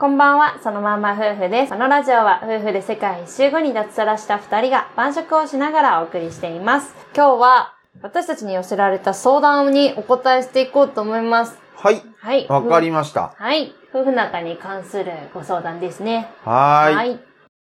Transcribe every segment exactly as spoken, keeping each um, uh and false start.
こんばんは、そのまんま夫婦です。このラジオは夫婦で世界一周後に脱サラした二人が晩食をしながらお送りしています。今日は私たちに寄せられた相談にお答えしていこうと思います。 はい。 はい。 わかりました。 はい。夫婦仲に関するご相談ですね。 はーい。 はい。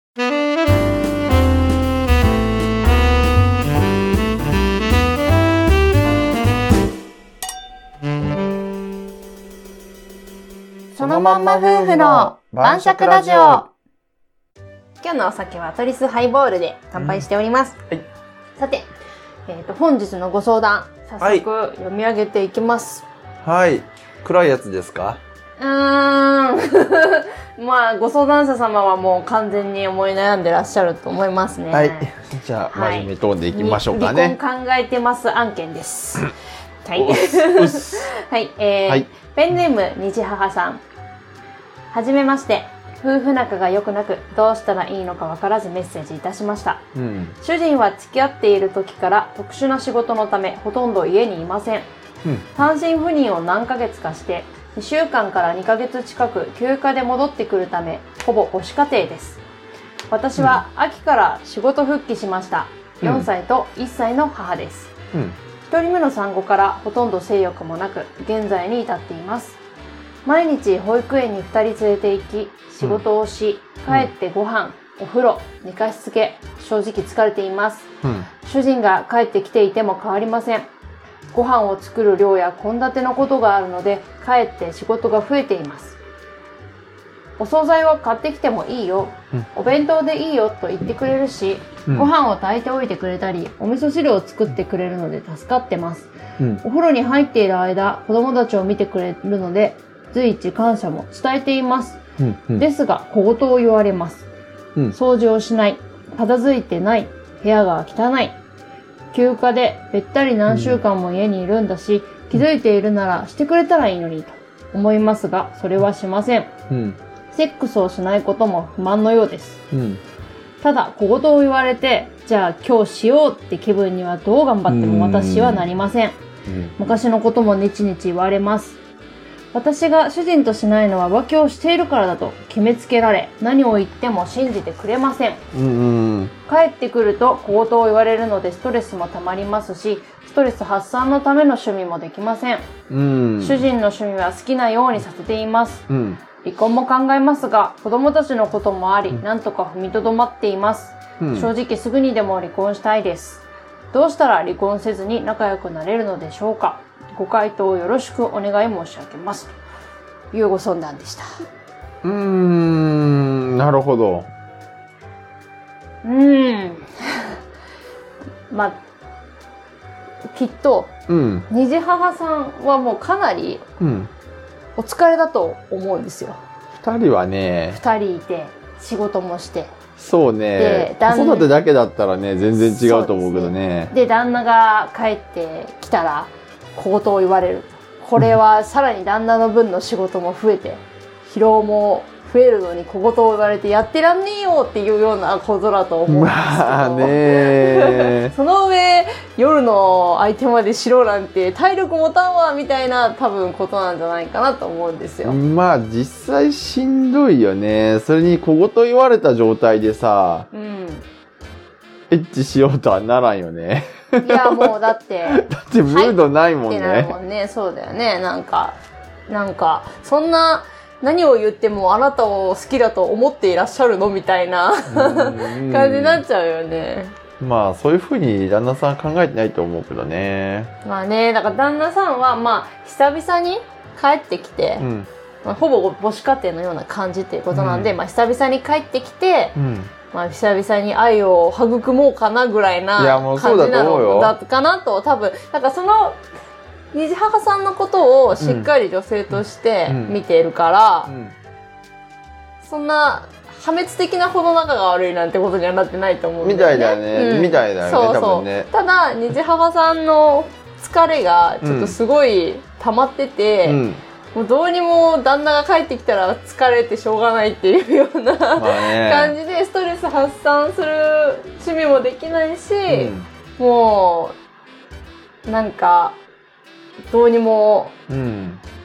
そのまんま夫婦の晩酌ラジオ。今日のお酒はトリスハイボールで乾杯しております。 うん、はい。さて、えーと、本日のご相談、早速読み上げていきます。 はい。暗いやつですか？ うーん。まあ、ご相談者様はもう完全に思い悩んでらっしゃると思いますね。 はい。じゃあ、真面目トーンでいきましょうかね。 離婚考えてます案件です。はい。はい。えー、はい、ペンネーム、にじ母さん。はじめまして。夫婦仲が良くなく、どうしたらいいのか分からずメッセージいたしました。うん、主人は付き合っている時から特殊な仕事のため、ほとんど家にいません。うん、単身赴任を何ヶ月かして、にしゅうかんからにかげつ近く休暇で戻ってくるため、ほぼ母子家庭です。私は秋から仕事復帰しました。よんさいといっさいの母です。うん、ひとりめの産後からほとんど性欲もなく、現在に至っています。毎日保育園にふたり連れて行き、仕事をし、帰ってご飯、お風呂、寝かしつけ、正直疲れています。うん、主人が帰ってきていても変わりません。ご飯を作る量や献立のことがあるので、帰って仕事が増えています。お惣菜は買ってきてもいいよ、うん、お弁当でいいよと言ってくれるし、うん、ご飯を炊いておいてくれたり、お味噌汁を作ってくれるので助かってます。うん、お風呂に入っている間、子供たちを見てくれるので、随一感謝も伝えています。うんうん、ですが、小言を言われます。うん、掃除をしない、片付いてない、部屋が汚い。休暇でべったり何週間も家にいるんだし、うん、気づいているならしてくれたらいいのにと思いますが、それはしません。うん、セックスをしないことも不満のようです。うん、ただ、小言を言われて、じゃあ今日しようって気分にはどう頑張っても私はなりません。うん、昔のこともネチネチ言われます。私が主人としないのは浮気をしているからだと決めつけられ、何を言っても信じてくれません。うんうん、帰ってくると小言を言われるのでストレスもたまりますし、ストレス発散のための趣味もできません。うん、主人の趣味は好きなようにさせています。うん、離婚も考えますが、子供たちのこともあり、うん、なんとか踏みとどまっています。うん、正直すぐにでも離婚したいです。どうしたら離婚せずに仲良くなれるのでしょうか。ご回答よろしくお願い申し上げます。というご相談でした。 うーん、なるほど。 うーん。まあ、きっと、うん、二児母さんはもうかなり、お疲れだと思うんですよ。 二人はね。 二人いて、仕事もして。 そうね。子育てだけだったらね、全然違うと思うけどね。 で、旦那が帰ってきたら、小言を言われる。これはさらに旦那の分の仕事も増えて、疲労も増えるのに小言を言われてやってらんねえよっていうような小空と思うんですけど。まあねその上、夜の相手までしろなんて体力持たんわみたいな多分ことなんじゃないかなと思うんですよ。 まあ実際しんどいよね。それに小言言われた状態でさ、うん、エッチしようとはならんよね。 いやもうだってだってムードないもんね。 ないもんね。そうだよね。なんかなんかそんな何を言ってもあなたを好きだと思っていらっしゃるのみたいな感じになっちゃうよね。 まあそういう風に旦那さん考えてないと思うけどね。 まあね、だから旦那さんはまあ久々に帰ってきて、うんまあ、ほぼ母子家庭のような感じっていうことなんで、うん、まあ久々に帰ってきて。うんまあ、久々に愛を育もうかなぐらいな感じなのだったかなと、多分、なんかその、二児母さんのことをしっかり女性として見ているから、うんうんうん、そんな破滅的なほど仲が悪いなんてことにはなってないと思うんだよね。 みたいだね。うん、みたいだよね。 そうそう多分ね。 ただ、二児母さんの疲れがちょっとすごい溜まってて、うんうんもうどうにも旦那が帰ってきたら疲れてしょうがないっていうような、まあね、感じでストレス発散する趣味もできないし、うん、もうなんかどうにも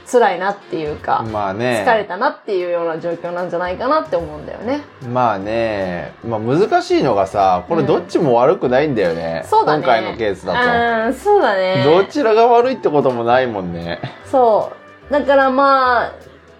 辛いなっていうか、 まあね、 疲れたなっていうような状況なんじゃないかなって思うんだよね。 まあね、まあ難しいのがさ、これどっちも悪くないんだよね。うん、そうだね。今回のケースだと。 うん、そうだね。 どちらが悪いってこともないもんね。 そう。だからまあ、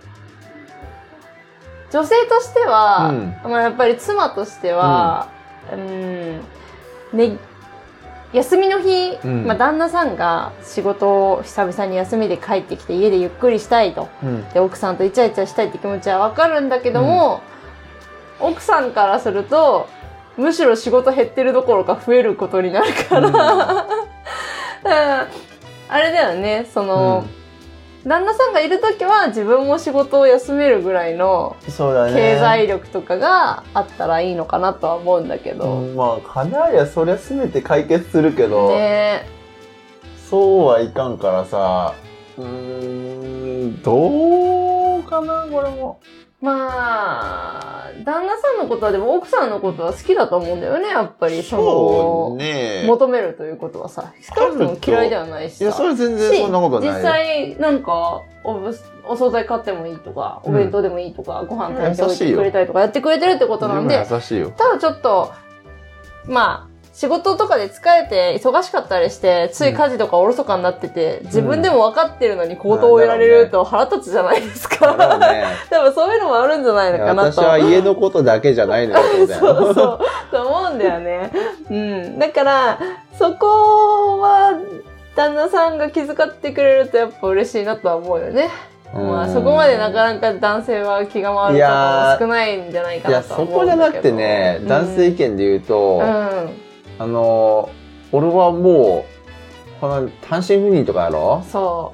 女性としては、うん、まあやっぱり妻としては、うん、うんね、休みの日、うん、まあ旦那さんが仕事を久々に休みで帰ってきて家でゆっくりしたいと、うん、で奥さんとイチャイチャしたいって気持ちはわかるんだけども、うん、奥さんからするとむしろ仕事減ってるどころか増えることになるから、うん、あれだよね、その、うん旦那さんがいるときは自分も仕事を休めるぐらいの経済力とかがあったらいいのかなとは思うんだけど。 うん、まあ、金ありゃそりゃ全て解決するけど、ね、そうはいかんからさ、うーん、どうかな、これも。まあ、旦那さんのことはでも奥さんのことは好きだと思うんだよね、やっぱり。その、そうね。求めるということはさ、少なくとも嫌いではないしさ。 いや、それ全然そんなことない。 実際、なんか、お、お惣菜買ってもいいとか、お弁当でもいいとか、うん、ご飯炊いておいてくれたりとかやってくれてるってことなんで、 優しいよ。 ただちょっと、まあ、仕事とかで疲れて忙しかったりして、つい家事とかおろそかになってて、うん、自分でも分かってるのに口頭を得られると腹立つじゃないですか。だね、多分そういうのもあるんじゃないのかなと。 私は家のことだけじゃないのよ。 そうそう。と思うんだよね。うん。だから、そこは、旦那さんが気遣ってくれるとやっぱ嬉しいなとは思うよね。まあそこまでなかなか男性は気が回る方も少ないんじゃないかなとは思うんだけど。いや、そこじゃなくてね、うん、男性意見で言うと、うんあのー、俺はもう、この単身赴任とかやろ？ そう。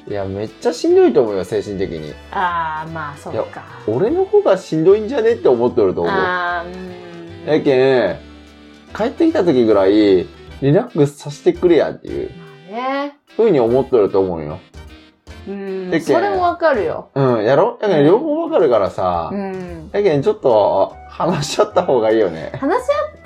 いや、めっちゃしんどいと思うよ、精神的に。 ああ、まあ、そうか。 俺の方がしんどいんじゃねって思ってると思う。ああ、うん。やけん、帰ってきた時ぐらい、リラックスさせてくれやっていう、まあね、ふうに思ってると思うよ。 うん。それもわかるよ。 うん、やろ？やけん、両方わかるからさ、うん。やけん、ちょっと、話し合った方がいいよね。 話し合って、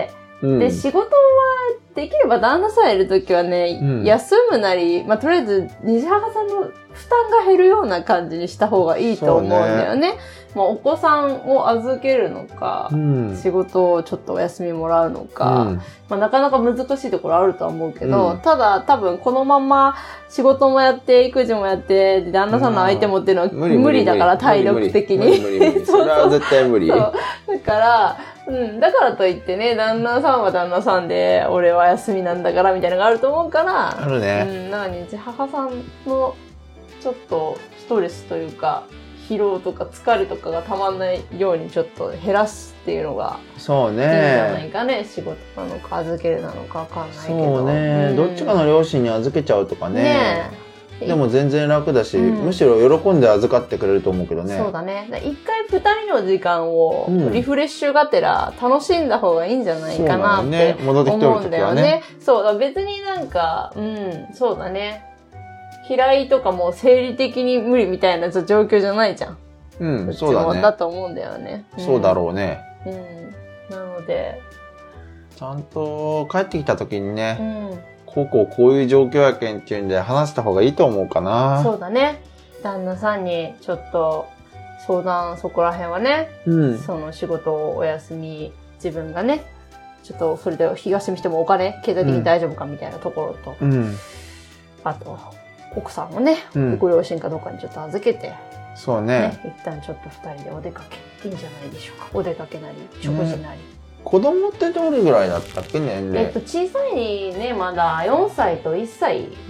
うん、で、仕事はできれば旦那さんいるときはね、うん、休むなり、まあ、とりあえず、虹母さんの負担が減るような感じにした方がいいと思うんだよね。ねまあ、お子さんを預けるのか、うん、仕事をちょっとお休みもらうのか、うんまあ、なかなか難しいところあるとは思うけど、うん、ただ多分このまま仕事もやって、育児もやって、旦那さんの相手もっていうのは無理だから体力的に。 無理無理無理無理それは絶対無理。 そうだから、うん、だからといってね、旦那さんは旦那さんで、俺は休みなんだからみたいなのがあると思うから、 あるね。 うん、なのに、母さんのちょっとストレスというか、疲労とか疲れとかがたまんないようにちょっと減らすっていうのが、 そうね。 いいんじゃないかね。仕事なのか預けるなのかわかんないけど。 そうね、うん。どっちかの両親に預けちゃうとかね。ねでも全然楽だし、うん、むしろ喜んで預かってくれると思うけどね。 そうだね。一回二人の時間をリフレッシュがてら楽しんだ方がいいんじゃないかなって思うんだよね。そうだ、別になんか、うん、そうだね。嫌いとかも生理的に無理みたいな状況じゃないじゃん。 うん、そうだね。 だと思うんだよね。 うん、そうだろうね。 うん。なので。 ちゃんと帰ってきた時にね、うんこうこうこういう状況やけんっていうんで話した方がいいと思うかな。 そうだね。旦那さんにちょっと相談そこら辺はね、うん、その仕事をお休み自分がね、ちょっとそれで日が休みしてもお金経済的に大丈夫かみたいなところと、うん、あと奥さんもね、うん、ご両親かどうかにちょっと預けて、 そうね。ね一旦ちょっと二人でお出かけいいんじゃないでしょうか。お出かけなり食事なり。ね子供ってどれぐらいだったっけ年齢？ えっと、小さいね、まだよんさいといっさい。 うん、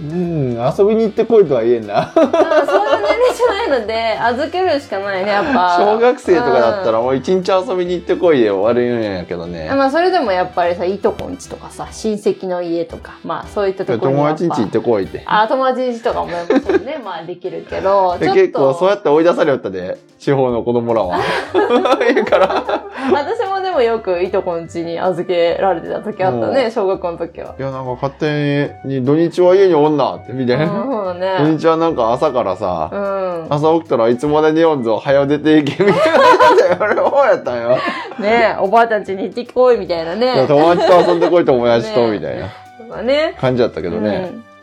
遊びに行ってこいとは言えんな。 そういう年齢じゃないので、預けるしかないね、やっぱ。 小学生とかだったらもう一日遊びに行ってこいで終わるんやけどね。 まあ、それでもやっぱりさ、いとこん家とかさ、親戚の家とか、まあ、そういったところに友達ん家行ってこいって。 あ、友達ん家とかもそうね、まあ、できるけど。 で結構そうやって追い出されよったで、地方の子供らは。言うから。 私もでもよくいとこん家に預けられてた時あったね、小学校の時は。 いや、なんか勝手に、土日は家におんなって、みたいな。 そうね。 土日はなんか朝からさ、うん、朝起きたらいつまでにおんぞ、早出ていけ、みたいな感じで、あれ、そうやったんよ。 ねえ、おばあちゃん家に行ってこい、みたいなね。 友達と遊んでこい、友達と、みたいな。 そうだね。 感じだったけどね。 うん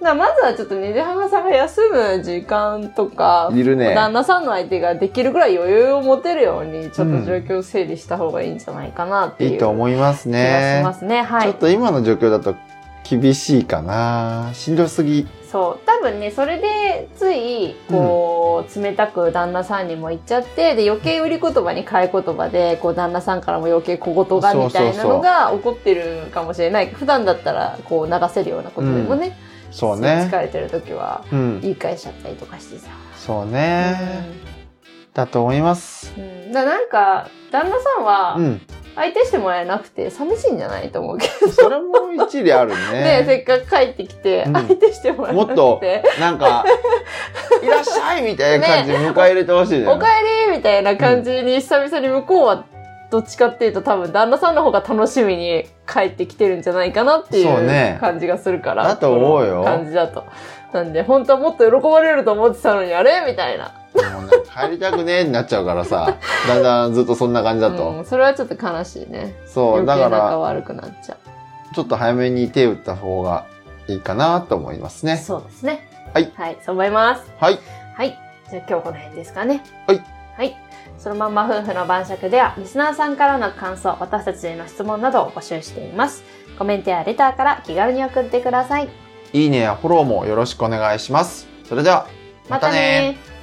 まずはちょっとにじははさんが休む時間とか、 いるね。 旦那さんの相手ができるぐらい余裕を持てるように、ちょっと状況を整理した方がいいんじゃないかなっていう、うん、 いいと思いますね。 気がしますね。はい。 ちょっと今の状況だと厳しいかな。しんどすぎ。 そう。多分ね、それでつい、こう、うん、冷たく旦那さんにも言っちゃって、で、余計売り言葉に買い言葉で、こう、旦那さんからも余計小言がみたいなのが起こってるかもしれない。普段だったら、こう、流せるようなことでもね。 うん、そうね。 疲れてる時は、言い返しちゃったりとかしてさ。 そうね、うん。だと思います。 うん、だなんか、旦那さんは、うん相手してもらえなくて寂しいんじゃないと思うけど。 それも一理あるね。 ねせっかく帰ってきて、相手してもらえなくて。 もっと、なんか、いらっしゃいみたいな感じで迎え入れてほしいじゃん。 おかえりみたいな感じに久々に向こうはどっちかっていうと多分旦那さんの方が楽しみに帰ってきてるんじゃないかなっていう感じがするから。 だと思うよ。 感じだと。なんで、本当はもっと喜ばれると思ってたのにあれみたいな。 もうね、帰りたくねえになっちゃうからさ、だんだんずっとそんな感じだと。 うん、それはちょっと悲しいね。 そう、だから、 仲悪くなっちゃう。 ちょっと早めに手を打った方がいいかなと思いますね。 そうですね。 はい。 はい、そう思います。 はい。 はい。じゃあ今日この辺ですかね。 はい。 はい。そのまんま夫婦の晩酌では、リスナーさんからの感想、私たちへの質問などを募集しています。コメントやレターから気軽に送ってください。 いいねやフォローもよろしくお願いします。それでは、またね。またね。